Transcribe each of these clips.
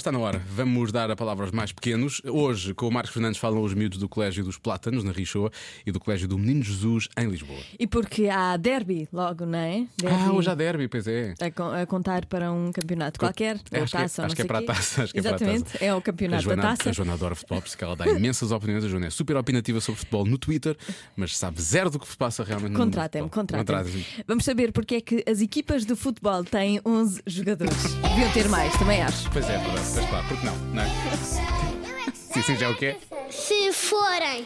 Está na hora, vamos dar a palavra aos mais pequenos. Hoje, com o Marcos Fernandes, falam os miúdos do Colégio dos Plátanos, na Richoa, e do Colégio do Menino Jesus, em Lisboa. E porque há derby logo, não é? Derby Hoje há derby, pois é. a contar para um campeonato qualquer, ou taça, acho que é para a taça. Exatamente, é o campeonato da taça. A Joana adora futebol, porque ela dá imensas opiniões. A Joana é super opinativa sobre futebol no Twitter, mas sabe zero do que se passa realmente no mundo. Contratem-me. Vamos saber porque é que as equipas de futebol têm 11 jogadores. Deviam ter mais, também acho. Pois é, verdade, mas claro, porque não é? Sim, já é o quê? Se forem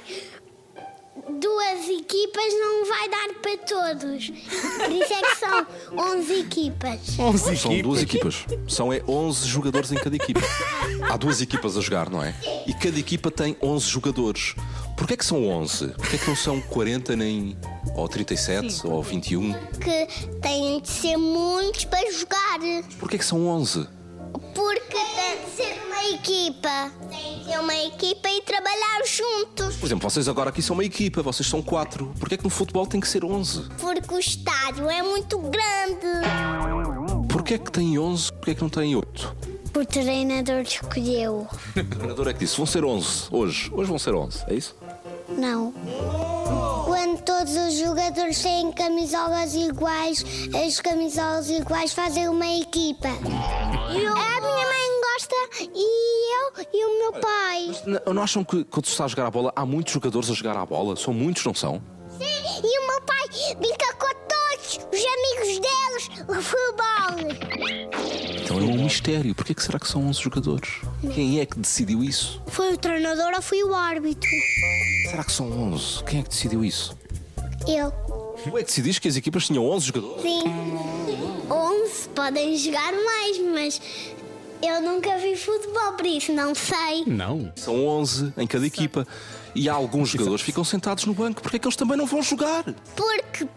duas equipas, não vai dar para todos. Por isso é que são 11 equipas. 11 São duas equipas. São 11 jogadores em cada equipa. Há duas equipas a jogar, não é? E cada equipa tem 11 jogadores. Porquê é que são 11? Porquê é que não são 40 nem... ou 37 ou 21? Que têm de ser muitos para jogar. Porquê é que são 11? Porque tem de ser uma equipa. Tem de ser uma equipa e trabalhar juntos. Por exemplo, vocês agora aqui são uma equipa, vocês são 4. Porquê é que no futebol tem que ser 11? Porque o estádio é muito grande. Porquê é que tem 11? Porquê é que não tem 8? O treinador escolheu. O treinador é que disse, vão ser 11 hoje. Hoje vão ser 11, é isso? Não. Quando todos os jogadores têm camisolas iguais, as camisolas iguais fazem uma equipa. A minha mãe gosta e eu e o meu pai. Não acham que quando se está a jogar a bola, há muitos jogadores a jogar a bola? São muitos, não são? Sim, e o meu pai brinca com todos os amigos deles, o futebol. Então é um mistério. Porquê que será que são 11 jogadores? Quem é que decidiu isso? Foi o treinador ou foi o árbitro? Será que são 11? Quem é que decidiu isso? Eu. Tu é que decidiste que as equipas tinham 11 jogadores? Sim. 11 podem jogar mais, mas eu nunca vi futebol, por isso não sei. Não. São 11 em cada equipa. E há alguns jogadores que ficam sentados no banco. Porquê é que eles também não vão jogar? Porque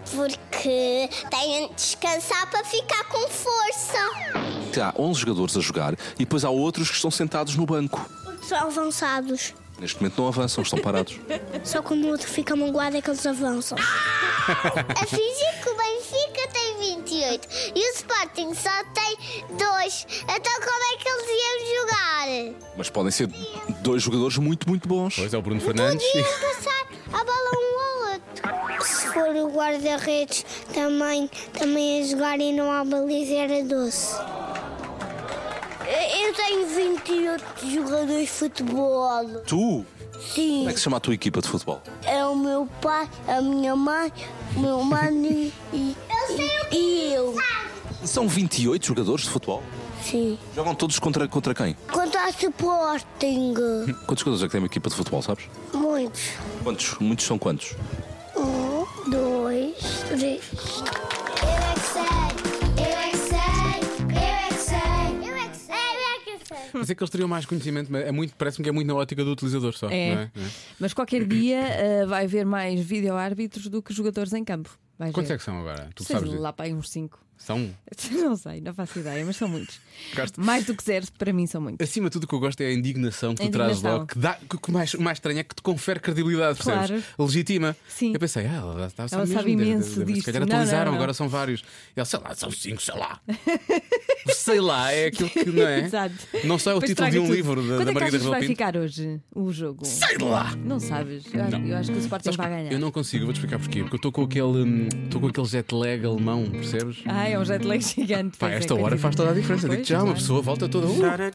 têm de descansar para ficar com força. Há 11 jogadores a jogar e depois há outros que estão sentados no banco. Porque são avançados. Neste momento não avançam, estão parados. Só quando o outro fica magoado é que eles avançam. A fingir que o Benfica tem 28 e o Sporting só tem 2. Então como é que eles iam jogar? Mas podem ser dois jogadores muito, muito bons. Pois é, o Bruno Fernandes. Podiam passar a bola um ao outro. Se for o guarda-redes também a jogar e não há baliza, era doce. Eu tenho 28 jogadores de futebol. Tu? Sim. Como é que se chama a tua equipa de futebol? É o meu pai, a minha mãe, o meu mano e eu. São 28 jogadores de futebol? Sim. Jogam todos contra quem? Quanto ao Sporting, Quantos jogadores é que tem uma equipa de futebol, sabes? muitos. Quantos? Muitos são quantos? 1, 2, 3. Eu é que sei, eu é que sei, eu é que sei, eu é que sei, eu é que sei. Mas é que eles teriam mais conhecimento, mas parece-me que é muito na ótica do utilizador só. É. Não é? Mas qualquer dia vai haver mais vídeo-árbitros do que jogadores em campo. Quantos é que são agora? Tu Sei sabes? lá para aí uns 5. São? Não sei, não faço ideia, mas são muitos. Gosto. Mais do que 0, para mim são muitos. Acima de tudo, o que eu gosto é a indignação que A tu trazes indignação. logo. Que o mais estranho é que te confere credibilidade, percebes? Claro. Legitima. Sim. Eu pensei, ela sabe Ela mesmo, sabe imenso se disto. calhar Não, atualizaram, não. agora são vários. E ela, sei lá, são 5, sei lá. Sei lá, é aquilo que não é. Exato. Não só é o Depois título de traga um tudo. livro Quando da é que Margarida achas que vai Rebelo Pinto. ficar hoje o jogo? Sei lá. Não sabes? Eu acho que o Sporting Sabes vai que ganhar. eu não consigo, vou-te explicar porquê. Porque eu estou com aquele jet lag alemão, percebes? É um jet lag gigante. Pá, pois é, esta hora coitadinho. faz toda a diferença. Pois, Digo já, uma claro. pessoa volta toda.